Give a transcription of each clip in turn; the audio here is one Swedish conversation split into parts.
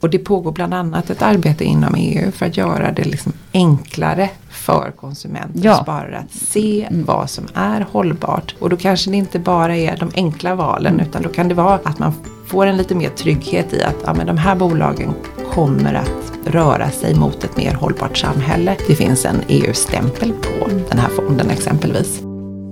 Och det pågår bland annat ett arbete inom EU för att göra det liksom enklare för konsumenter och sparare att se vad som är hållbart. Och då kanske det inte bara är de enkla valen, utan då kan det vara att man får en lite mer trygghet i att men de här bolagen kommer att röra sig mot ett mer hållbart samhälle. Det finns en EU-stämpel på den här fonden exempelvis.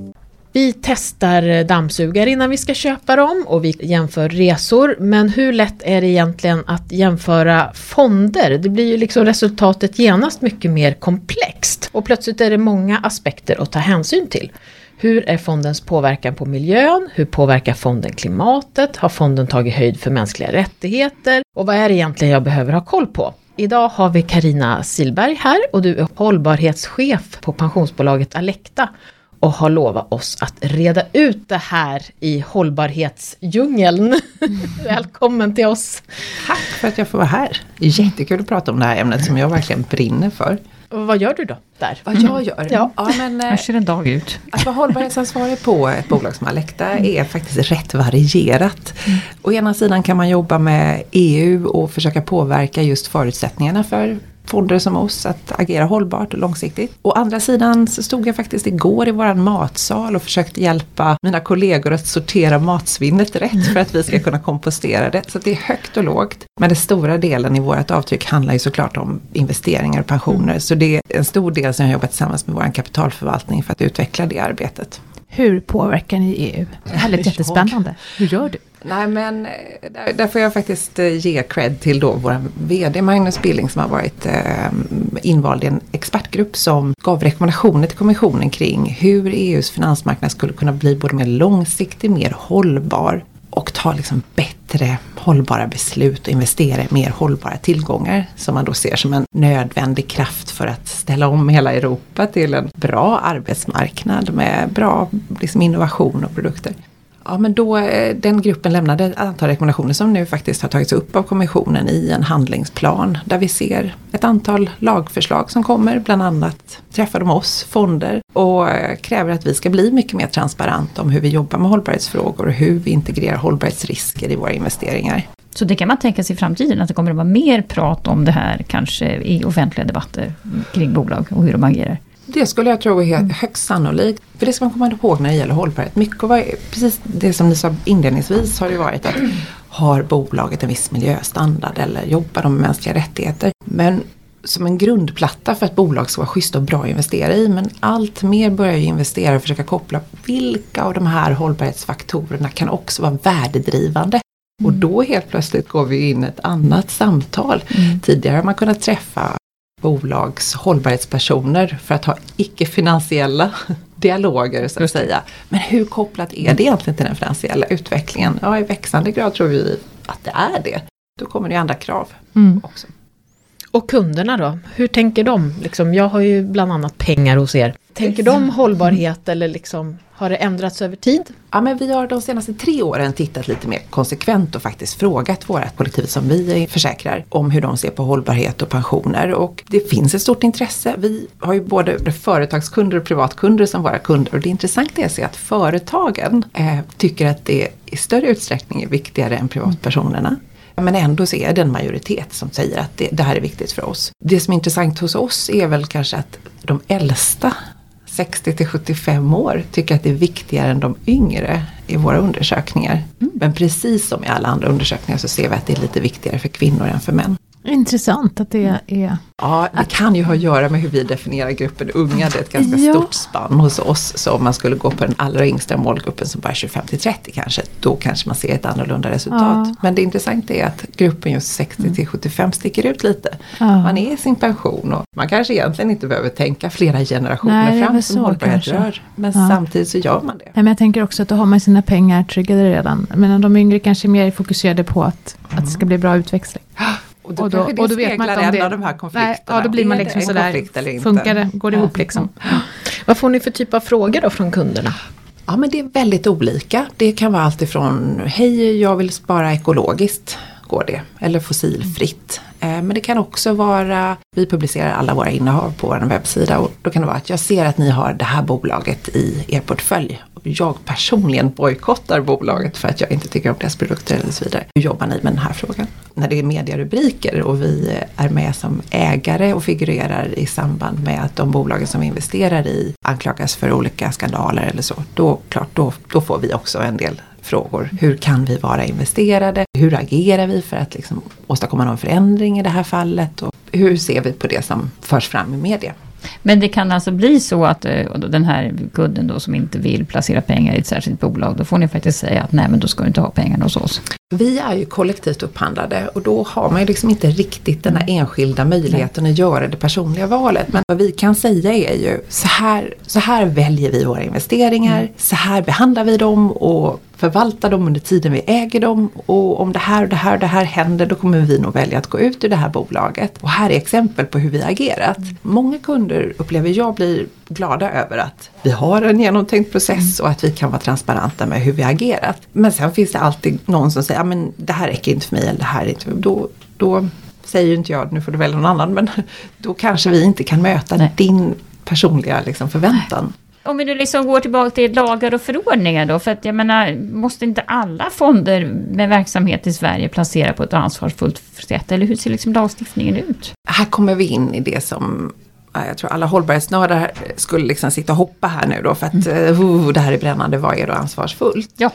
Vi testar dammsugare innan vi ska köpa dem och vi jämför resor. Men hur lätt är det egentligen att jämföra fonder? Det blir ju liksom resultatet genast mycket mer komplext. Och plötsligt är det många aspekter att ta hänsyn till. Hur är fondens påverkan på miljön? Hur påverkar fonden klimatet? Har fonden tagit höjd för mänskliga rättigheter? Och vad är det egentligen jag behöver ha koll på? Idag har vi Carina Silberg här och du är hållbarhetschef på pensionsbolaget Alecta. Och har lovat oss att reda ut det här i hållbarhetsdjungeln. Välkommen till oss. Tack för att jag får vara här. Jättekul att prata om det här ämnet som jag verkligen brinner för. Och vad gör du då där? Vad jag gör? Ja. Hur ser en dag ut? Att vara hållbarhetsansvarig på ett bolag som Alecta är faktiskt rätt varierat. Å ena sidan kan man jobba med EU och försöka påverka just förutsättningarna för fonder som oss att agera hållbart och långsiktigt. Å andra sidan så stod jag faktiskt igår i våran matsal och försökte hjälpa mina kollegor att sortera matsvinnet rätt för att vi ska kunna kompostera det. Så det är högt och lågt. Men den stora delen i vårt avtryck handlar ju såklart om investeringar och pensioner. Så det är en stor del som jag jobbat tillsammans med vår kapitalförvaltning för att utveckla det arbetet. Hur påverkar ni EU? Det här är jättespännande. Hur gör du? Nej, men där får jag faktiskt ge cred till då vår vd Magnus Billing som har varit invald i en expertgrupp som gav rekommendationer till kommissionen kring hur EUs finansmarknad skulle kunna bli både mer långsiktig, mer hållbar och ta liksom bättre hållbara beslut och investera i mer hållbara tillgångar som man då ser som en nödvändig kraft för att ställa om hela Europa till en bra arbetsmarknad med bra liksom, innovation och produkter. Ja, men då den gruppen lämnade ett antal rekommendationer som nu faktiskt har tagits upp av kommissionen i en handlingsplan där vi ser ett antal lagförslag som kommer, bland annat träffar de oss, fonder, och kräver att vi ska bli mycket mer transparent om hur vi jobbar med hållbarhetsfrågor och hur vi integrerar hållbarhetsrisker i våra investeringar. Så det kan man tänka sig i framtiden att det kommer att vara mer prat om det här kanske i offentliga debatter kring bolag och hur de agerar? Det skulle jag tro är högst sannolikt. För det ska man komma ihåg när det gäller hållbarhet. Mycket var precis det som ni sa inledningsvis har det varit att har bolaget en viss miljöstandard eller jobbar de med mänskliga rättigheter. Men som en grundplatta för att bolag ska vara schysst och bra att investera i. Men allt mer börjar ju investera och försöka koppla vilka av de här hållbarhetsfaktorerna kan också vara värdedrivande. Och då helt plötsligt går vi in i ett annat samtal. Tidigare har man kunnat träffa bolags hållbarhetspersoner för att ha icke-finansiella dialoger så att säga. Men hur kopplat är det egentligen till den finansiella utvecklingen? Ja, i växande grad tror vi att det är det. Då kommer det andra krav också. Och kunderna då? Hur tänker de? Liksom, jag har ju bland annat pengar hos er. Tänker de hållbarhet eller liksom, har det ändrats över tid? Ja, men vi har de senaste 3 åren tittat lite mer konsekvent och faktiskt frågat våra kollektiv som vi försäkrar om hur de ser på hållbarhet och pensioner. Och det finns ett stort intresse. Vi har ju både företagskunder och privatkunder som våra kunder. Och det intressanta är att se att företagen tycker att det i större utsträckning är viktigare än privatpersonerna. Men ändå så är det en majoritet som säger att det här är viktigt för oss. Det som är intressant hos oss är väl kanske att de äldsta 60-75 år tycker att det är viktigare än de yngre i våra undersökningar. Men precis som i alla andra undersökningar så ser vi att det är lite viktigare för kvinnor än för män. Intressant att det är... Ja, det kan ju ha att göra med hur vi definierar gruppen unga. Det är ett ganska stort spann hos oss. Så om man skulle gå på den allra yngsta målgruppen som bara är 25-30 kanske, då kanske man ser ett annorlunda resultat. Ja. Men det intressanta är att gruppen just 60-75 sticker ut lite. Ja. Man är i sin pension och man kanske egentligen inte behöver tänka flera generationer fram som hållbarhet rör. Men samtidigt så gör man det. Nej, men jag tänker också att då har man sina pengar tryggade redan. Men de yngre kanske är mer fokuserade på att det ska bli bra utväxling. Och då vet man inte om det av de här konflikterna. Nej, då blir man liksom sådär, funkar det, går det ihop liksom. Vad får ni för typ av frågor då från kunderna? Ja, men det är väldigt olika. Det kan vara allt ifrån, hej jag vill spara ekologiskt, går det. Eller fossilfritt. Men det kan också vara, vi publicerar alla våra innehav på vår webbsida och då kan det vara att jag ser att ni har det här bolaget i er portfölj. Jag personligen bojkottar bolaget för att jag inte tycker om deras produkter eller så vidare. Hur jobbar ni med den här frågan? När det är medierubriker och vi är med som ägare och figurerar i samband med att de bolagen som vi investerar i anklagas för olika skandaler eller så, då får vi också en del frågor. Hur kan vi vara investerade? Hur agerar vi för att liksom åstadkomma någon förändring i det här fallet? Och hur ser vi på det som förs fram i media? Men det kan alltså bli så att den här kunden då som inte vill placera pengar i ett särskilt bolag, då får ni faktiskt säga att nej, men då ska du inte ha pengarna hos oss. Vi är ju kollektivt upphandlade och då har man ju liksom inte riktigt den här enskilda möjligheten att göra det personliga valet. Men vad vi kan säga är ju så här väljer vi våra investeringar, så här behandlar vi dem och förvaltar dem under tiden vi äger dem, och om det här och det här och det här händer, då kommer vi nog välja att gå ut ur det här bolaget. Och här är exempel på hur vi har agerat. Många kunder upplever jag blir glada över att vi har en genomtänkt process och att vi kan vara transparenta med hur vi har agerat. Men sen finns det alltid någon som säger, ja men det här räcker inte för mig eller det här är inte för mig. Då säger ju inte jag, nu får du välja någon annan, men då kanske vi inte kan möta din personliga liksom förväntan. Om vi nu liksom går tillbaka till lagar och förordningar då, för att jag menar, måste inte alla fonder med verksamhet i Sverige placera på ett ansvarsfullt sätt, eller hur ser liksom lagstiftningen ut? Här kommer vi in i det som jag tror alla hållbarhetsnördar skulle liksom sitta och hoppa här nu då, för att det här är brännande, vad är då ansvarsfullt? Ja,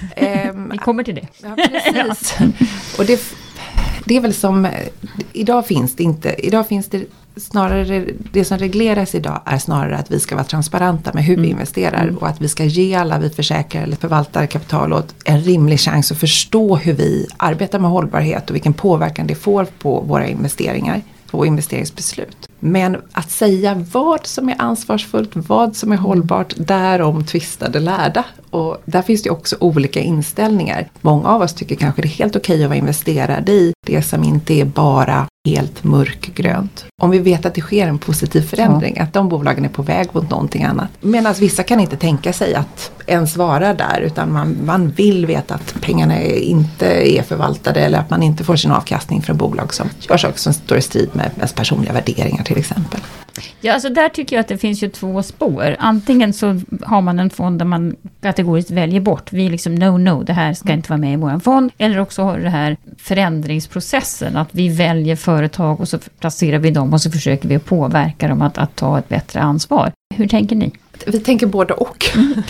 vi kommer till det. Ja, precis. Och det är väl som, idag finns det snarare, det som regleras idag är snarare att vi ska vara transparenta med hur vi investerar och att vi ska ge alla vi försäkrar eller förvaltar kapital åt en rimlig chans att förstå hur vi arbetar med hållbarhet och vilken påverkan det får på våra investeringar och investeringsbeslut. Men att säga vad som är ansvarsfullt, vad som är hållbart, därom tvistade lärda. Och där finns det också olika inställningar. Många av oss tycker kanske det är helt okej att vara investerad i det som inte är bara helt mörkgrönt. Om vi vet att det sker en positiv förändring, att de bolagen är på väg mot någonting annat. Medan vissa kan inte tänka sig att ens vara där, utan man vill veta att pengarna inte är förvaltade eller att man inte får sin avkastning från bolag som gör saker som står i strid med ens personliga värderingar till exempel. Ja, alltså där tycker jag att det finns ju två spår. Antingen så har man en fond där man kategoriskt väljer bort. Vi liksom no, det här ska inte vara med i vår fond. Eller också har det här förändringsprocessen. Att vi väljer företag och så placerar vi dem och så försöker vi påverka dem att ta ett bättre ansvar. Hur tänker ni? Vi tänker både och.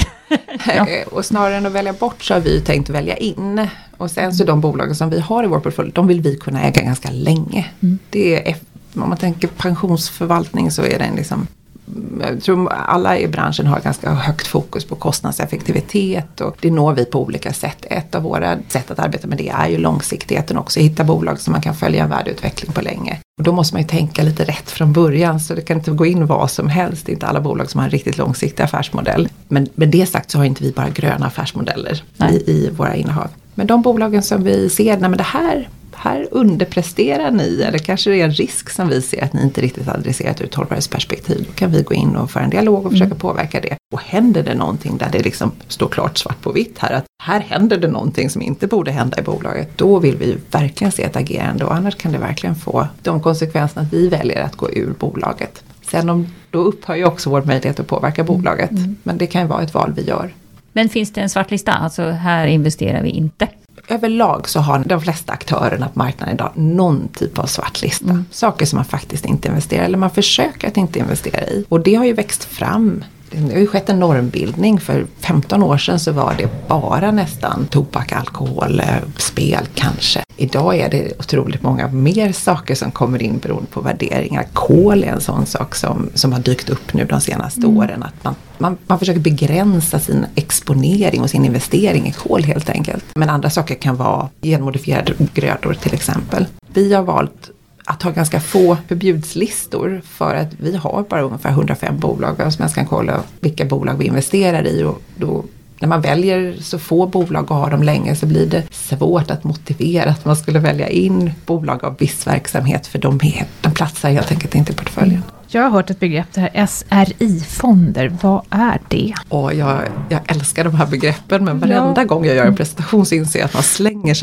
Ja. Och snarare än att välja bort så har vi tänkt välja in. Och sen så de bolagen som vi har i vår portfölj, de vill vi kunna äga ganska länge. Det är, om man tänker pensionsförvaltning så är den liksom, jag tror alla i branschen har ganska högt fokus på kostnadseffektivitet och det når vi på olika sätt. Ett av våra sätt att arbeta med det är ju långsiktigheten också. Hitta bolag som man kan följa en värdeutveckling på länge. Och då måste man ju tänka lite rätt från början så det kan inte gå in vad som helst. Det är inte alla bolag som har en riktigt långsiktig affärsmodell. Men med det sagt så har inte vi bara gröna affärsmodeller i våra innehav. Men de bolagen som vi ser, nej men det här underpresterar ni eller kanske det är en risk som vi ser att ni inte riktigt adresserat ur ett hållbarhetsperspektiv. Då kan vi gå in och föra en dialog och försöka påverka det. Och händer det någonting där det liksom står klart svart på vitt här att här händer det någonting som inte borde hända i bolaget, då vill vi verkligen se ett agerande och annars kan det verkligen få de konsekvenserna att vi väljer att gå ur bolaget. Sen då upphör ju också vår möjlighet att påverka bolaget. Men det kan ju vara ett val vi gör. Men finns det en svartlista? Alltså här investerar vi inte. Överlag så har de flesta aktörerna på marknaden idag någon typ av svartlista. Saker som man faktiskt inte investerar eller man försöker att inte investera i. Och det har ju växt fram. Det har ju skett en normbildning. För 15 år sedan så var det bara nästan tobak, alkohol, spel kanske. Idag är det otroligt många mer saker som kommer in beroende på värderingar. Kol är en sån sak som har dykt upp nu de senaste åren. Att man försöker begränsa sin exponering och sin investering i kol helt enkelt. Men andra saker kan vara genmodifierade grödor till exempel. Vi har valt att ha ganska få förbudslistor för att vi har bara ungefär 105 bolag. Vem som helst kan kolla vilka bolag vi investerar i och då när man väljer så få bolag och har dem länge så blir det svårt att motivera att man skulle välja in bolag av viss verksamhet för de platsar helt enkelt inte i portföljen. Jag har hört ett begrepp, det här SRI-fonder. Vad är det? Jag älskar de här begreppen men varenda gång jag gör en presentation så inser jag att man slänger sig med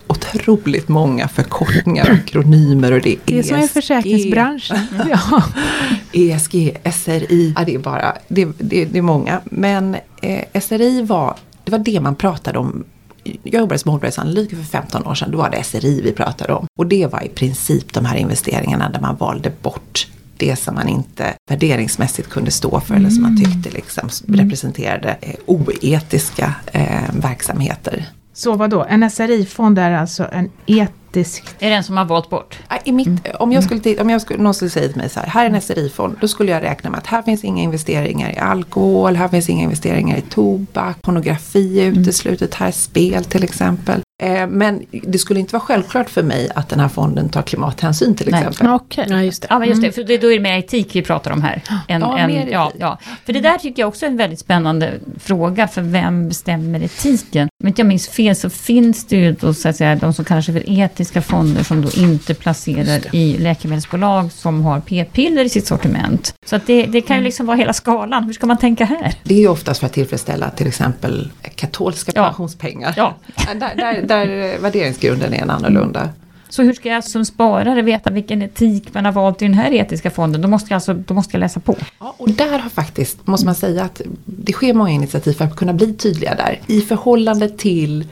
otroligt många förkortningar och akronymer och det är som är försäkringsbranschen. Ja. ESG, SRI, det är bara, det är många. Men SRI var det man pratade om. Jag jobbade som hållbarhetsanalytiker för 15 år sedan, då var det SRI vi pratade om. Och det var i princip de här investeringarna där man valde bort det som man inte värderingsmässigt kunde stå för eller som man tyckte liksom representerade oetiska verksamheter. Så vad då? En SRI-fond är alltså en etisk... Är det en som har valt bort? Om någon skulle säga till mig så här är en SRI-fond, då skulle jag räkna med att här finns inga investeringar i alkohol, här finns inga investeringar i tobak, pornografi är uteslutet, här är spel till exempel. Men det skulle inte vara självklart för mig att den här fonden tar klimathänsyn till exempel. Okej. Ja, just det. Ja, men just det, för då är det mer etik vi pratar om här. För det där tycker jag också är en väldigt spännande fråga, för vem bestämmer etiken? Om inte jag minns fel så finns det ju då, så att säga, de som kallas för etiska fonder som då inte placerar i läkemedelsbolag som har p-piller i sitt sortiment. Så att det kan ju liksom vara hela skalan. Hur ska man tänka här? Det är ju oftast för att tillfredsställa till exempel katolska pensionspengar. Ja. Där värderingsgrunden är en annorlunda. Så hur ska jag som sparare veta vilken etik man har valt i den här etiska fonden? Då måste jag läsa på. Ja, och där har faktiskt, måste man säga att det sker många initiativ för att kunna bli tydliga där. I förhållande till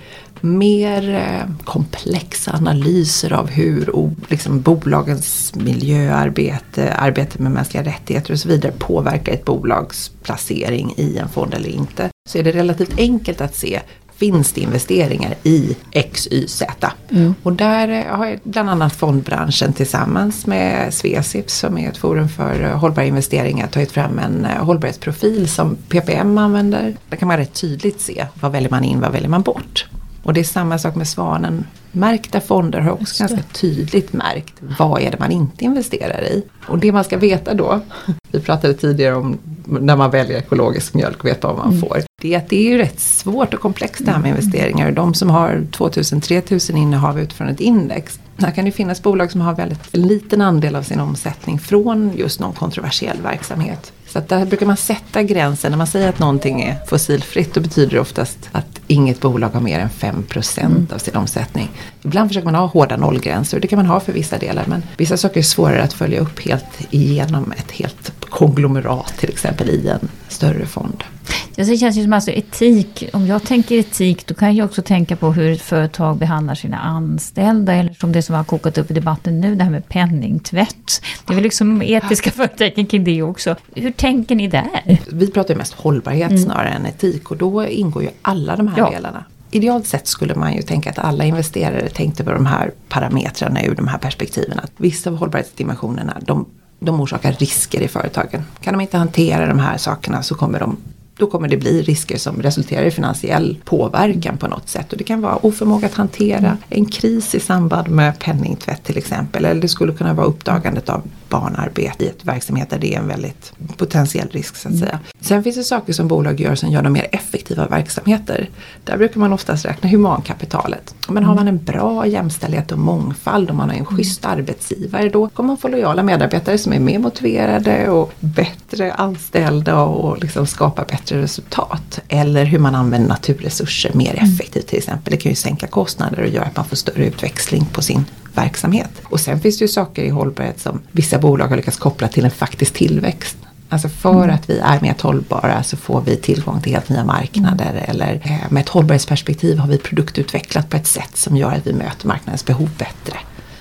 mer komplexa analyser av hur liksom, bolagens miljöarbete, arbete med mänskliga rättigheter och så vidare påverkar ett bolags placering i en fond eller inte. Så är det relativt enkelt att se, finns det investeringar i X, Y, Z. Och där har bland annat fondbranschen tillsammans med Svesip som är ett forum för hållbara investeringar tagit fram en hållbarhetsprofil som PPM använder. Där kan man rätt tydligt se vad väljer man in, vad väljer man bort. Och det är samma sak med Svanen. Märkta fonder har också ganska tydligt märkt vad är det man inte investerar i. Och det man ska veta då, vi pratade tidigare om när man väljer ekologisk mjölk och vet vad man får. Det är att det är ju rätt svårt och komplext det här med investeringar. Och de som har 2000-3000 innehav utifrån ett index. Här kan det finnas bolag som har väldigt liten andel av sin omsättning från just någon kontroversiell verksamhet. Så att där brukar man sätta gränsen. När man säger att någonting är fossilfritt, då betyder det oftast att inget bolag har mer än 5% av sin omsättning. Ibland försöker man ha hårda nollgränser och det kan man ha för vissa delar. Men vissa saker är svårare att följa upp helt igenom ett helt konglomerat till exempel i en större fond. Ja, det känns ju som alltså etik. Om jag tänker etik, då kan jag också tänka på hur ett företag behandlar sina anställda. Eller som det som har kokat upp i debatten nu, det här med penningtvätt. Det är väl liksom etiska förtecken kring det också. Hur tänker ni där? Vi pratar ju mest hållbarhet snarare än etik. Och då ingår ju alla de här delarna. Idealt sett skulle man ju tänka att alla investerare tänkte på de här parametrarna ur de här perspektiven. Att vissa av hållbarhetsdimensionerna, de orsakar risker i företagen. Kan de inte hantera de här sakerna så då kommer det bli risker som resulterar i finansiell påverkan på något sätt. Och det kan vara oförmåga att hantera en kris i samband med penningtvätt till exempel. Eller det skulle kunna vara uppdagandet av barnarbete i ett verksamhet där det är en väldigt potentiell risk så att säga. Sen finns det saker som bolag gör som gör dem mer effektiva verksamheter. Där brukar man oftast räkna humankapitalet. Men har man en bra jämställdhet och mångfald och man har en schysst arbetsgivare, då kommer man få lojala medarbetare som är mer motiverade och bättre anställda och liksom skapa bättre resultat. Eller hur man använder naturresurser mer effektivt till exempel. Det kan ju sänka kostnader och göra att man får större utväxling på sin verksamhet. Och sen finns det ju saker i hållbarhet som vissa bolag har lyckats koppla till en faktisk tillväxt. Alltså för att vi är mer hållbara så får vi tillgång till helt nya marknader. Eller med ett hållbarhetsperspektiv har vi produktutvecklat på ett sätt som gör att vi möter marknadens behov bättre.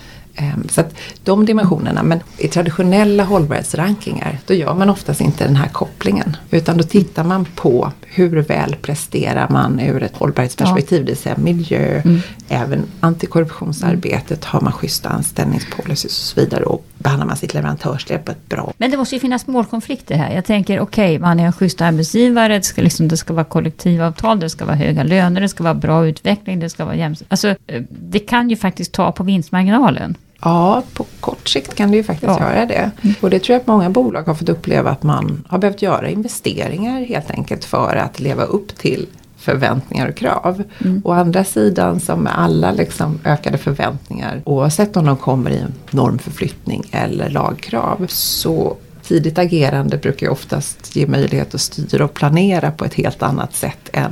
Så att de dimensionerna, men i traditionella hållbarhetsrankingar då gör man oftast inte den här kopplingen, utan då tittar man på hur väl presterar man ur ett hållbarhetsperspektiv, det vill säga miljö, även antikorruptionsarbetet, har man schyssta anställningspolicys och så vidare och behandlar man sitt leverantörsled på ett bra. Men det måste ju finnas målkonflikter här. Jag tänker man är en schysst arbetsgivare, det ska vara kollektivavtal, det ska vara höga löner, det ska vara bra utveckling, det ska vara jämställt. Alltså det kan ju faktiskt ta på vinstmarginalen. Ja, på kort sikt kan det ju faktiskt göra det. Och det tror jag att många bolag har fått uppleva att man har behövt göra investeringar helt enkelt för att leva upp till förväntningar och krav. Å andra sidan som med alla liksom ökade förväntningar, oavsett om de kommer i en normförflyttning eller lagkrav, så tidigt agerande brukar ju oftast ge möjlighet att styra och planera på ett helt annat sätt än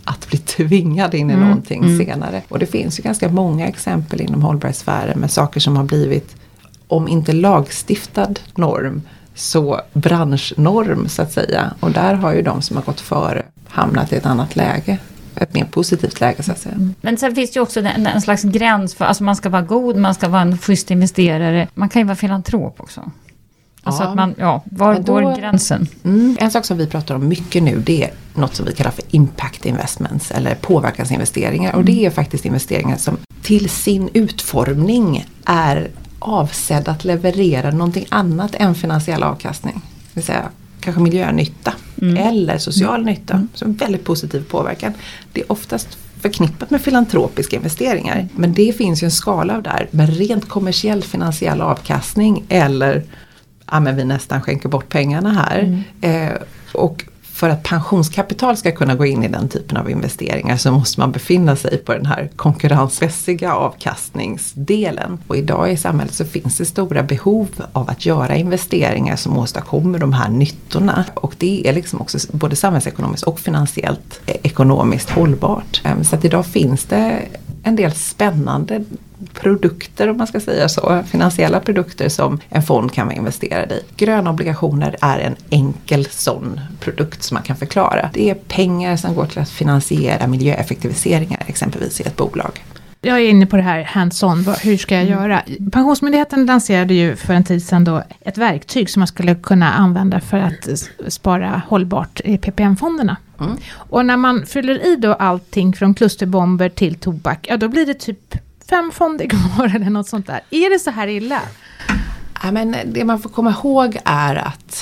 att bli tvingad in i någonting senare. Och det finns ju ganska många exempel inom hållbarhetssfären med saker som har blivit, om inte lagstiftad norm, så branschnorm så att säga. Och där har ju de som har gått före hamnat i ett annat läge. Ett mer positivt läge så att säga. Men sen finns det ju också en slags gräns för, alltså man ska vara god, man ska vara en schysst investerare. Man kan ju vara filantrop också. Alltså att man, var går gränsen? En sak som vi pratar om mycket nu, det är något som vi kallar för impact investments eller påverkansinvesteringar. Och det är faktiskt investeringar som till sin utformning är avsedda att leverera någonting annat än finansiell avkastning. Det vill säga kanske miljönytta eller social nytta. Så en väldigt positiv påverkan. Det är oftast förknippat med filantropiska investeringar. Men det finns ju en skala av där med rent kommersiell finansiell avkastning eller men vi nästan skänker bort pengarna här. Och för att pensionskapital ska kunna gå in i den typen av investeringar så måste man befinna sig på den här konkurrensmässiga avkastningsdelen. Och idag i samhället så finns det stora behov av att göra investeringar som åstadkommer de här nyttorna. Och det är liksom också både samhällsekonomiskt och finansiellt ekonomiskt hållbart. Så att idag finns det en del spännande produkter, om man ska säga så, finansiella produkter som en fond kan vara investerad i. Gröna obligationer är en enkel sån produkt som man kan förklara. Det är pengar som går till att finansiera miljöeffektiviseringar exempelvis i ett bolag. Jag är inne på det här hands-on, hur ska jag göra? Pensionsmyndigheten lanserade ju för en tid sedan då ett verktyg som man skulle kunna använda för att spara hållbart i PPM-fonderna. Och när man fyller i då allting från klusterbomber till tobak, då blir det typ 5 fonder kvar eller något sånt där. Är det så här illa? Ja, men det man får komma ihåg är att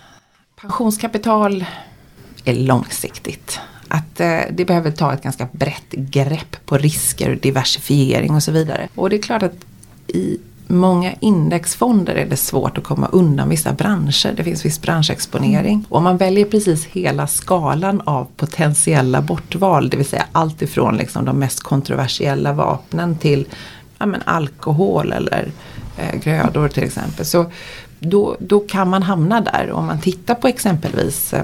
pensionskapital är långsiktigt. Att det behöver ta ett ganska brett grepp på risker, diversifiering och så vidare. Och det är klart att i många indexfonder är det svårt att komma undan vissa branscher. Det finns viss branschexponering. Och om man väljer precis hela skalan av potentiella bortval, det vill säga allt ifrån liksom de mest kontroversiella vapnen till alkohol eller grödor till exempel. Så då kan man hamna där. Om man tittar på exempelvis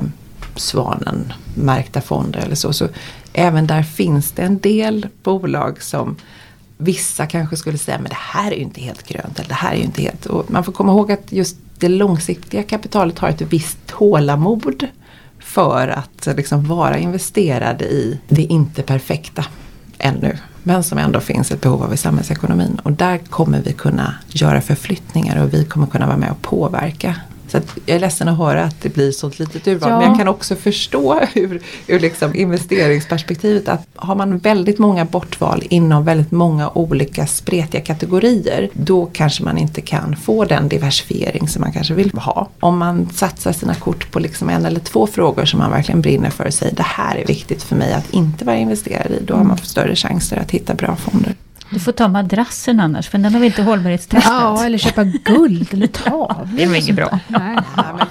Svanen-märkta fonder eller så även där finns det en del bolag som vissa kanske skulle säga, men det här är ju inte helt grönt eller det här är ju inte helt. Och man får komma ihåg att just det långsiktiga kapitalet har ett visst tålamod för att liksom vara investerade i det inte perfekta ännu. Men som ändå finns ett behov av i samhällsekonomin. Och där kommer vi kunna göra förflyttningar och vi kommer kunna vara med och påverka. Så att jag är ledsen att höra att det blir sånt litet urval. Men jag kan också förstå ur liksom investeringsperspektivet att har man väldigt många bortval inom väldigt många olika spretiga kategorier, då kanske man inte kan få den diversifiering som man kanske vill ha. Om man satsar sina kort på liksom 1 eller 2 frågor som man verkligen brinner för och säger det här är viktigt för mig att inte vara investerad i, då har man större chanser att hitta bra fonder. Du får ta madrassen annars, för den har vi inte hållbarhetstestat. Ja, eller köpa guld eller tavlor. Det är mycket bra. Men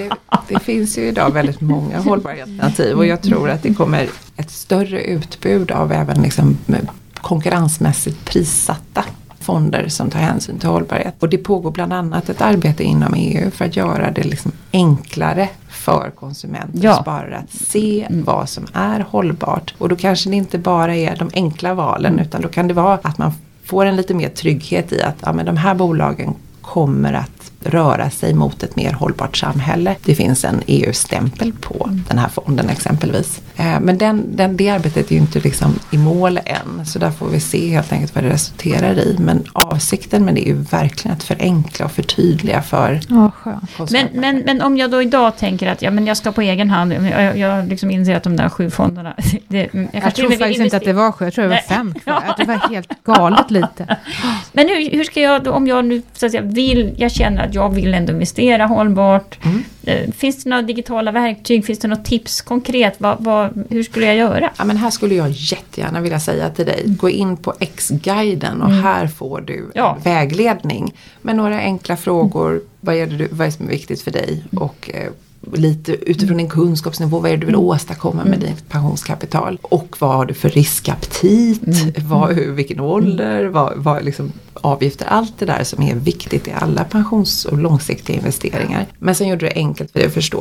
det finns ju idag väldigt många hållbarhetsalternativ och jag tror att det kommer ett större utbud av även liksom konkurrensmässigt prissatta fonder som tar hänsyn till hållbarhet. Och det pågår bland annat ett arbete inom EU för att göra det liksom enklare för konsumenter och sparare att se vad som är hållbart. Och då kanske det inte bara är de enkla valen utan då kan det vara att man får en lite mer trygghet i att men de här bolagen kommer att röra sig mot ett mer hållbart samhälle. Det finns en EU-stämpel på den här fonden exempelvis. Men det arbetet är ju inte liksom i mål än. Så där får vi se helt enkelt vad det resulterar i. Men avsikten med det är ju verkligen att förenkla och förtydliga för konsumenterna. Men om jag då idag tänker att jag ska på egen hand. Jag liksom inser att de där 7 fonderna. Jag tror faktiskt inte att det var 7. Jag tror det var 5 kvar. Att det var helt galet lite. Men hur ska jag då, om jag nu så att säga, jag känner att jag vill ändå investera hållbart. Finns det några digitala verktyg? Finns det något tips konkret? Hur skulle jag göra? Ja, men här skulle jag jättegärna vilja säga till dig. Gå in på X-guiden och här får du vägledning. Med några enkla frågor. Vad är det som är viktigt för dig? Och lite utifrån din kunskapsnivå, vad är det du vill åstadkomma med ditt pensionskapital? Och vad har du för riskaptit? Vilken ålder? Vad liksom avgifter? Allt det där som är viktigt i alla pensions- och långsiktiga investeringar. Men sen gjorde det enkelt för dig att förstå. Men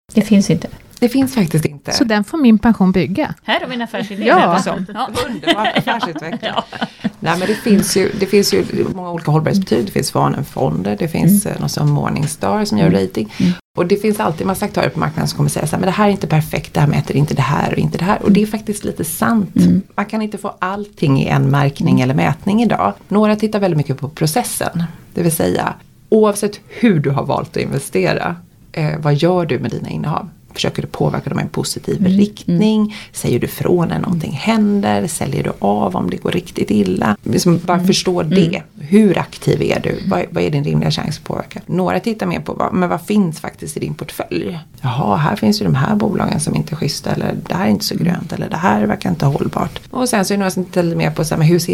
Det finns inte. Det finns faktiskt inte. Så den får min pension bygga. Här har vi en affärsidé. Ja. Underbar affärsutveckling. Nej, men det finns ju många olika hållbarhetsbetyg. Det finns Svanen-fonder, det finns något som Morningstar som gör rating. Och det finns alltid massa aktörer på marknaden som kommer säga så här, men det här är inte perfekt, det här mäter inte det här och inte det här. Och det är faktiskt lite sant. Man kan inte få allting i en märkning eller mätning idag. Några tittar väldigt mycket på processen. Det vill säga, oavsett hur du har valt att investera, vad gör du med dina innehav? Försöker du påverka dem i en positiv riktning? Säger du från när någonting händer? Säljer du av om det går riktigt illa? Liksom bara förstå det. Hur aktiv är du? Vad är din rimliga chans att påverka? Några tittar mer på vad finns faktiskt i din portfölj? Jaha, här finns ju de här bolagen som inte är schyssta. Eller det här är inte så grönt. Eller det här verkar inte hållbart. Och sen så är det några som tittar mer på så här, hur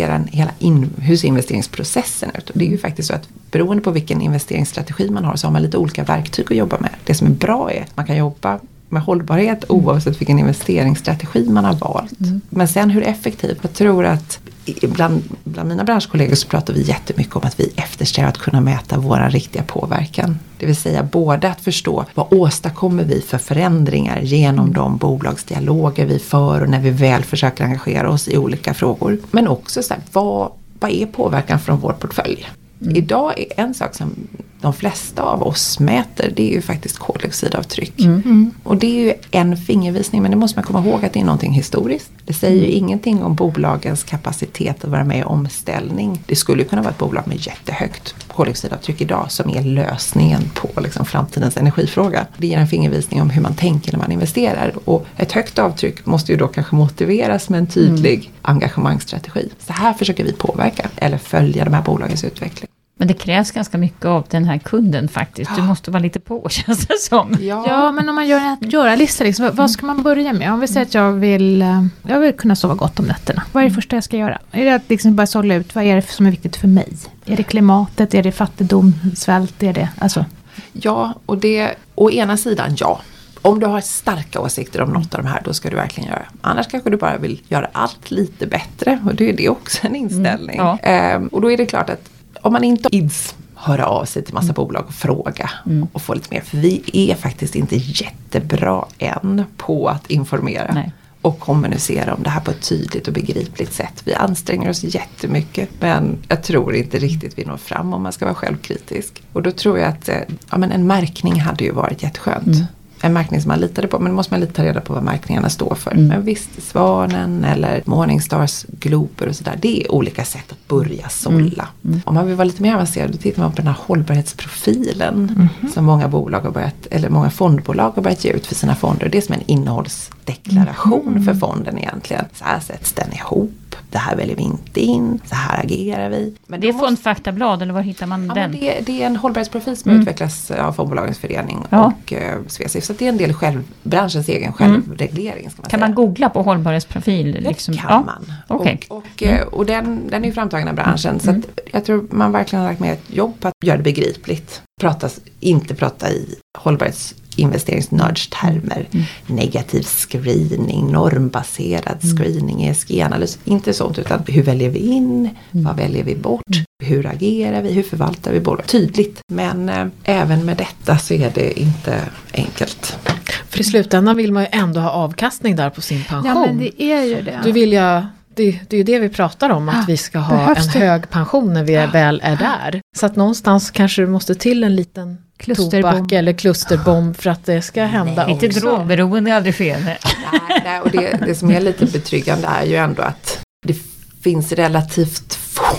ser investeringsprocessen ut? Och det är ju faktiskt så att beroende på vilken investeringsstrategi man har så har man lite olika verktyg att jobba med. Det som är bra är att man kan jobba med hållbarhet oavsett vilken investeringsstrategi man har valt. Men sen hur effektivt? Jag tror att bland mina branschkollegor så pratar vi jättemycket om att vi eftersträvar att kunna mäta våra riktiga påverkan. Det vill säga både att förstå vad åstadkommer vi för förändringar genom de bolagsdialoger vi för och när vi väl försöker engagera oss i olika frågor. Men också så här, vad är påverkan från vår portfölj? Idag är en sak som de flesta av oss mäter, det är ju faktiskt koldioxidavtryck. Och det är ju en fingervisning, men det måste man komma ihåg att det är någonting historiskt. Det säger ju ingenting om bolagens kapacitet att vara med i omställning. Det skulle ju kunna vara ett bolag med jättehögt koldioxidavtryck idag som är lösningen på liksom framtidens energifråga. Det ger en fingervisning om hur man tänker när man investerar. Och ett högt avtryck måste ju då kanske motiveras med en tydlig engagemangsstrategi. Så här försöker vi påverka eller följa de här bolagens utveckling. Men det krävs ganska mycket av den här kunden faktiskt. Du måste vara lite på, känns det som. Ja, men om man gör en göra-lista, liksom, vad ska man börja med? Om vi säger att jag vill kunna sova gott om nätterna. Vad är det första jag ska göra? Är det att liksom bara sålla ut, vad är det som är viktigt för mig? Är det klimatet? Är det fattigdom? Svält? Är det, alltså? Ja, och det, å ena sidan, ja. Om du har starka åsikter om något av de här, då ska du verkligen göra. Annars kanske du bara vill göra allt lite bättre. Och det är det också en inställning. Och då är det klart att om man inte höra av sig till massa bolag och fråga och få lite mer. För vi är faktiskt inte jättebra än på att informera och kommunicera om det här på ett tydligt och begripligt sätt. Vi anstränger oss jättemycket, men jag tror inte riktigt vi når fram om man ska vara självkritisk. Och då tror jag att en märkning hade ju varit jätteskönt. En märkning som man litade på, men då måste man lite ta reda på vad märkningarna står för. Men visst, Svanen eller Morningstars Glober och sådär, det är olika sätt att börja sålla. Om man vill vara lite mer avancerad, då tittar man på den här hållbarhetsprofilen som många bolag har börjat, eller många fondbolag har börjat ge ut för sina fonder. Det är som en innehållsdeklaration för fonden egentligen. Så här sätts den ihop. Det här väljer vi inte in, så här agerar vi. Men det är fondfaktablad, eller var hittar man den? Det är en hållbarhetsprofil som utvecklas av Fondbolagens förening och Svesif. Så det är en del branschens egen självreglering. Ska man kan säga. Man googla på hållbarhetsprofil? Liksom? Det kan man. Okay. Och den är ju framtagen av branschen. Så att jag tror man verkligen har lagt med ett jobb på att göra det begripligt. Inte prata i hållbarhetsinvesteringsnördstermer. Negativ screening, normbaserad screening, ESG-analys. Inte sånt, utan hur väljer vi in? Vad väljer vi bort? Hur agerar vi? Hur förvaltar vi bolag? Tydligt. Men även med detta så är det inte enkelt. För i slutändan vill man ju ändå ha avkastning där på sin pension. Ja, men det är ju det. Det är ju det vi pratar om, att vi ska ha en hög pension när vi väl är där. Så att någonstans kanske det måste till en liten tobak eller klusterbomb för att det ska hända också. Inte drogberoende är aldrig fel. Nej, och det som är lite betryggande är ju ändå att det finns relativt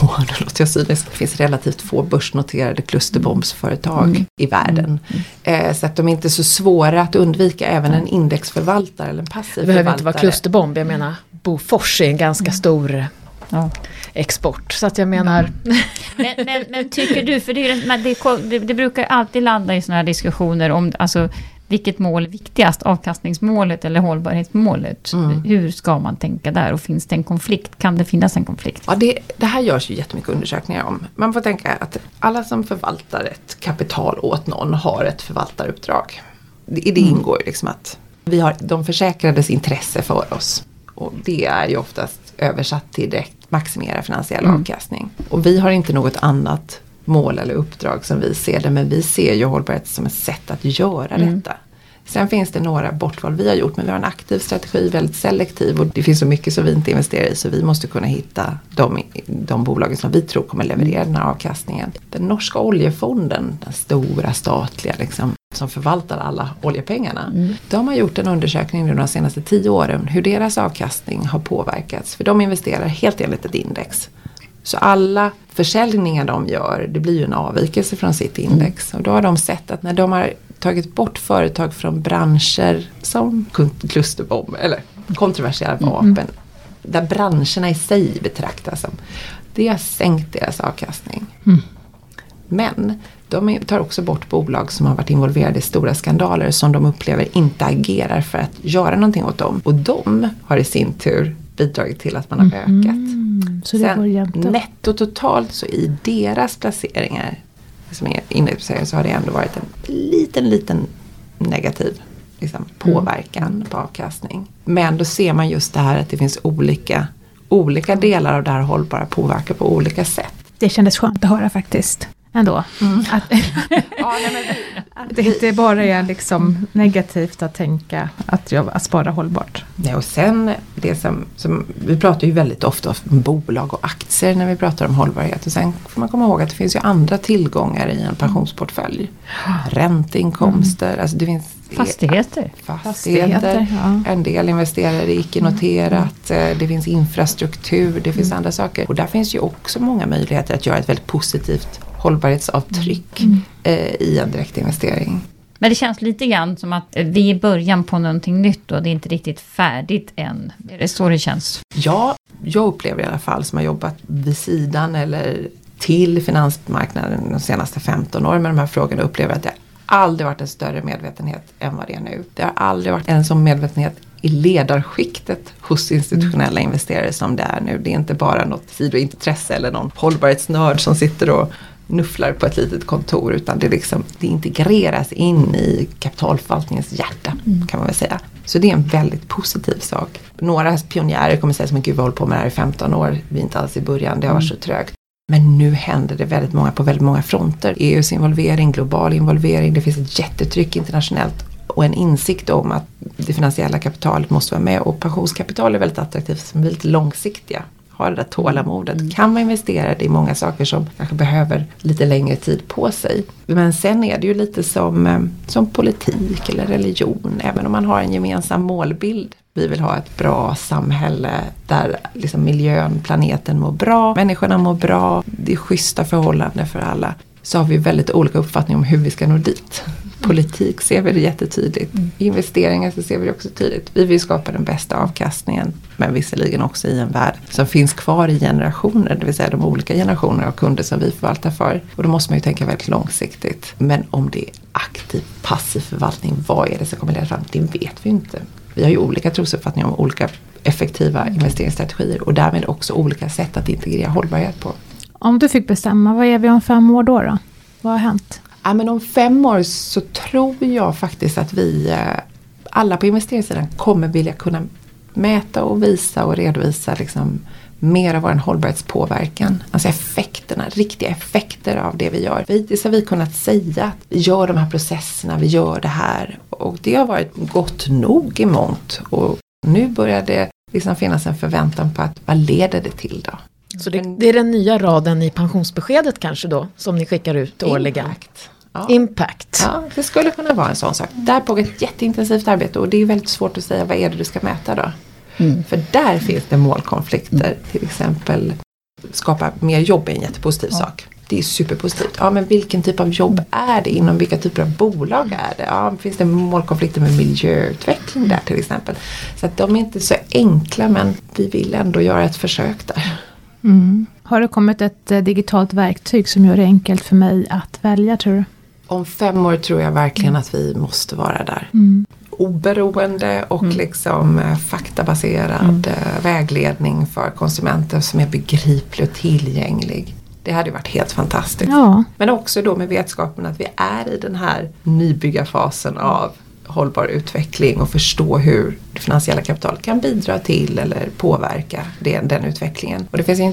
få börsnoterade klusterbombsföretag i världen. Så att de är inte så svåra att undvika, även en indexförvaltare eller en passiv förvaltare. Det behöver inte vara klusterbomb, jag menar Bofors är en ganska stor export. Så att jag menar... Men tycker du, för det brukar alltid landa i såna här diskussioner om alltså, vilket mål är viktigast, avkastningsmålet eller hållbarhetsmålet? Hur ska man tänka där? Och finns det en konflikt? Kan det finnas en konflikt? Ja, det här görs ju jättemycket undersökningar om. Man får tänka att alla som förvaltar ett kapital åt någon har ett förvaltaruppdrag. I det ingår liksom att vi har de försäkrades intresse för oss. Och det är ju oftast översatt till direkt maximera finansiell avkastning. Och vi har inte något annat mål eller uppdrag som vi ser det, men vi ser ju hållbarhet som ett sätt att göra detta. Sen finns det några bortval vi har gjort, men vi har en aktiv strategi, väldigt selektiv, och det finns så mycket som vi inte investerar i, så vi måste kunna hitta de bolagen som vi tror kommer leverera den här avkastningen. Den norska oljefonden, den stora statliga liksom, som förvaltar alla oljepengarna, de har gjort en undersökning nu de senaste 10 åren hur deras avkastning har påverkats, för de investerar helt enligt ett index. Så alla försäljningar de gör, det blir ju en avvikelse från sitt index. Och då har de sett att när de har tagit bort företag från branscher som klusterbomb eller kontroversiella vapen, där branscherna i sig betraktas som, det har sänkt deras avkastning. Men de tar också bort bolag som har varit involverade i stora skandaler som de upplever inte agerar för att göra någonting åt dem. Och de har i sin tur bidragit till att man har ökat. Så det sen netto totalt så i deras placeringar som är indexplacerade så har det ändå varit en liten negativ liksom, påverkan på avkastning. Men då ser man just det här att det finns olika delar av det här hållbara påverkar på olika sätt. Det kändes skönt att höra faktiskt. Ändå. Att det inte bara är liksom negativt att tänka att spara hållbart. Ja, och sen det som vi pratar ju väldigt ofta om bolag och aktier när vi pratar om hållbarhet. Och sen får man komma ihåg att det finns ju andra tillgångar i en pensionsportfölj. Ränteinkomster, alltså det finns fastigheter. Ja. En del investerar i icke-noterat, det finns infrastruktur, det finns andra saker. Och där finns ju också många möjligheter att göra ett väldigt positivt hållbarhetsavtryck i en direktinvestering. Men det känns lite grann som att vi är i början på någonting nytt och det är inte riktigt färdigt än. Är det så det känns? Ja, jag upplever i alla fall som har jobbat vid sidan eller till finansmarknaden de senaste 15 åren med de här frågorna, upplever att det aldrig varit en större medvetenhet än vad det är nu. Det har aldrig varit en sån medvetenhet i ledarskiktet hos institutionella investerare som det är nu. Det är inte bara något sidointresse eller någon hållbarhetsnörd som sitter och nufflar på ett litet kontor, utan det integreras in i kapitalförvaltningens hjärta kan man väl säga. Så det är en väldigt positiv sak. Några pionjärer kommer säga som gud, vi håller på med det här i 15 år, vi är inte alls i början, det har varit så trögt. Men nu händer det väldigt många på väldigt många fronter. EUs involvering, global involvering, det finns ett jättetryck internationellt och en insikt om att det finansiella kapitalet måste vara med, och pensionskapital är väldigt attraktivt som är lite långsiktiga. Har det där tålamodet. Kan man investera det i många saker som kanske behöver lite längre tid på sig. Men sen är det ju lite som politik eller religion. Även om man har en gemensam målbild. Vi vill ha ett bra samhälle där liksom miljön, planeten mår bra. Människorna mår bra. Det är schyssta förhållanden för alla. Så har vi väldigt olika uppfattningar om hur vi ska nå dit. Politik ser vi det jättetydligt. Investeringar så ser vi det också tydligt. Vi vill skapa den bästa avkastningen, men visserligen också i en värld som finns kvar i generationer, det vill säga de olika generationer av kunder som vi förvaltar för. Och då måste man ju tänka väldigt långsiktigt. Men om det är aktiv, passiv förvaltning, vad är det som kommer leda fram? Det vet vi inte. Vi har ju olika trosuppfattningar om olika effektiva investeringsstrategier och därmed också olika sätt att integrera hållbarhet på. Om du fick bestämma, vad är vi om 5 år då? Vad har hänt? Ja, men om 5 år så tror jag faktiskt att vi alla på investeringssidan kommer vilja kunna mäta och visa och redovisa liksom mer av vår hållbarhetspåverkan. Alltså effekterna, riktiga effekter av det vi gör. Hittills har vi kunnat säga att vi gör de här processerna, vi gör det här. Och det har varit gott nog i mångt. Och nu börjar det liksom finnas en förväntan på att vad leder det till då? Så det är den nya raden i pensionsbeskedet kanske då, som ni skickar ut årligen? Ja. Impact. Ja, det skulle kunna vara en sån sak. Där pågår ett jätteintensivt arbete och det är väldigt svårt att säga vad är det du ska mäta då. För där finns det målkonflikter. Till exempel skapa mer jobb är en jättepositiv sak. Det är superpositivt. Ja, men vilken typ av jobb är det? Inom vilka typer av bolag är det? Ja, finns det målkonflikter med miljöutveckling där till exempel? Så att de är inte så enkla, men vi vill ändå göra ett försök där. Har det kommit ett digitalt verktyg som gör det enkelt för mig att välja, tror du? Om 5 år tror jag verkligen att vi måste vara där. Oberoende och liksom faktabaserad vägledning för konsumenter som är begriplig och tillgänglig. Det hade varit helt fantastiskt. Ja. Men också då med vetskapen att vi är i den här nybyggarfasen av hållbar utveckling och förstå hur det finansiella kapitalet kan bidra till eller påverka den utvecklingen. Och det finns inte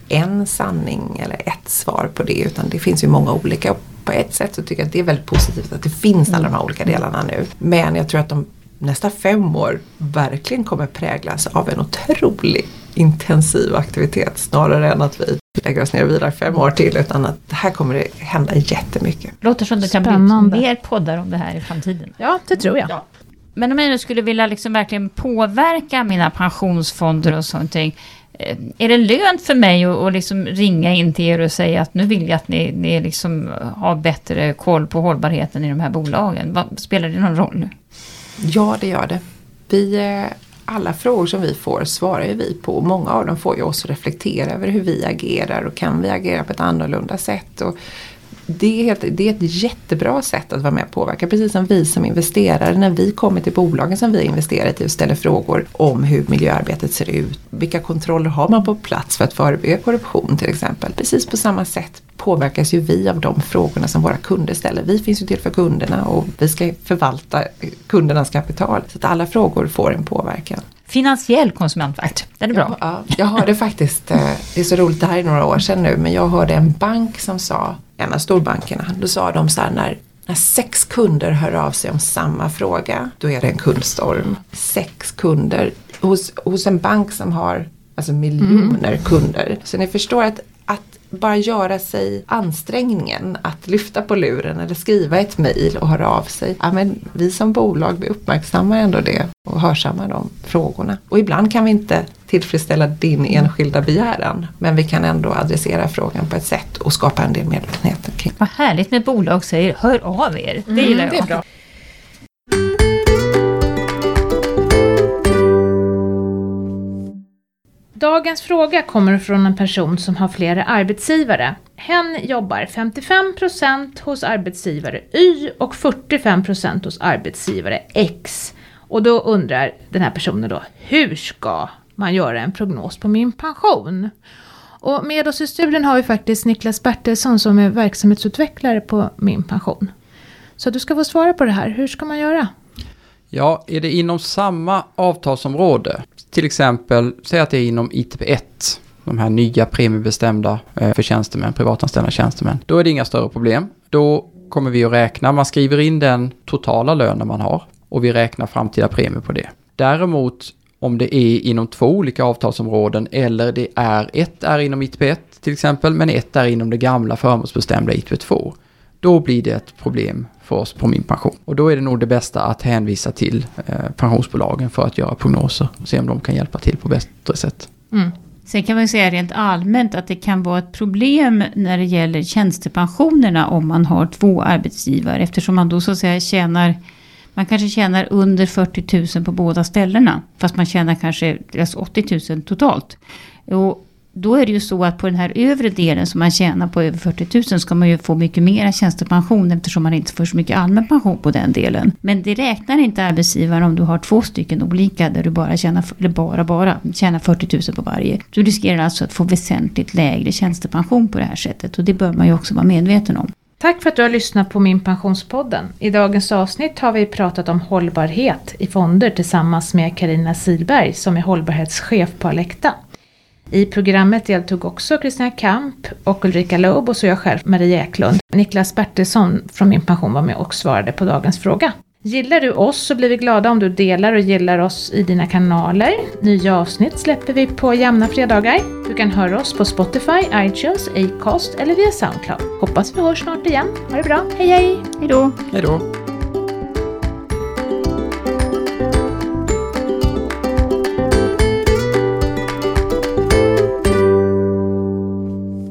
en sanning eller ett svar på det, utan det finns ju många olika. Och på ett sätt så tycker jag att det är väldigt positivt att det finns alla de här olika delarna nu. Men jag tror att de nästa 5 år verkligen kommer präglas av en otroligt intensiv aktivitet, snarare än att vi lägger oss ner och vidare 5 år till, utan att det här kommer det hända jättemycket. Låter som det kan bli mer poddar om det här i framtiden. Ja, det tror jag. Ja. Men om jag nu skulle vilja liksom verkligen påverka mina pensionsfonder och sånt, är det lönt för mig att liksom ringa in till er och säga att nu vill jag att ni liksom har bättre koll på hållbarheten i de här bolagen? Spelar det någon roll? Ja, det gör det. Alla frågor som vi får svarar ju vi på. Många av dem får ju oss att reflektera över hur vi agerar och kan vi agera på ett annorlunda sätt. Och det är ett jättebra sätt att vara med och påverka. Precis som vi som investerare, när vi kommer till bolagen som vi investerat i och ställer frågor om hur miljöarbetet ser ut. Vilka kontroller har man på plats för att förebygga korruption till exempel. Precis på samma sätt påverkas ju vi av de frågorna som våra kunder ställer. Vi finns ju till för kunderna och vi ska förvalta kundernas kapital. Så att alla frågor får en påverkan. Finansiell konsumentmakt, det är bra. Ja, jag hörde faktiskt, det är så roligt, det här är några år sedan nu, men jag hörde en bank som sa, en av storbankerna, då sa de så här, när 6 kunder hör av sig om samma fråga, då är det en kundstorm. 6 kunder hos en bank som har alltså miljoner kunder. Så ni förstår att bara göra sig ansträngningen att lyfta på luren eller skriva ett mejl och höra av sig. Ja, men vi som bolag, vi uppmärksammar ändå det och hörsammar de frågorna. Och ibland kan vi inte tillfredsställa din enskilda begäran, men vi kan ändå adressera frågan på ett sätt och skapa en del medvetenhet kring. Vad härligt med bolag säger, hör av er. Det gillar jag. Det är bra. Dagens fråga kommer från en person som har flera arbetsgivare. Hen jobbar 55% hos arbetsgivare Y och 45% hos arbetsgivare X. Och då undrar den här personen då, hur ska man göra en prognos på min pension? Och med oss i studien har vi faktiskt Niklas Bertilsson som är verksamhetsutvecklare på Min Pension. Så du ska få svara på det här, hur ska man göra? Ja, är det inom samma avtalsområde, till exempel, säg att det är inom ITP1, de här nya premiebestämda för tjänstemän, privatanställda tjänstemän, då är det inga större problem. Då kommer vi att räkna, man skriver in den totala lönen man har och vi räknar framtida premie på det. Däremot, om det är inom 2 olika avtalsområden eller det är ett är inom ITP1 till exempel, men ett är inom det gamla förmånsbestämda ITP2, då blir det ett problem för oss på Min Pension. Och då är det nog det bästa att hänvisa till pensionsbolagen för att göra prognoser och se om de kan hjälpa till på bättre sätt. Mm. Sen kan man säga rent allmänt att det kan vara ett problem när det gäller tjänstepensionerna om man har 2 arbetsgivare, eftersom man då så att säga man kanske tjänar under 40 000 på båda ställena, fast man tjänar kanske 80 000 totalt. Och då är det ju så att på den här övre delen som man tjänar på över 40 000 ska man ju få mycket mer tjänstepension eftersom man inte får så mycket allmän pension på den delen. Men det räknar inte arbetsgivaren om du har 2 stycken olika där du bara tjänar 40 000 på varje. Du riskerar alltså att få väsentligt lägre tjänstepension på det här sättet och det bör man ju också vara medveten om. Tack för att du har lyssnat på Min Pensionspodden. I dagens avsnitt har vi pratat om hållbarhet i fonder tillsammans med Carina Silberg som är hållbarhetschef på Alecta. I programmet deltog också Kristina Kamp och Ulrika Loeb och så jag själv, Marie Eklund. Niklas Bertilsson från Min Pension var med och svarade på dagens fråga. Gillar du oss så blir vi glada om du delar och gillar oss i dina kanaler. Nya avsnitt släpper vi på jämna fredagar. Du kan höra oss på Spotify, iTunes, Acast eller via Soundcloud. Hoppas vi hörs snart igen. Ha det bra. Hej hej! Hej då! Hej då!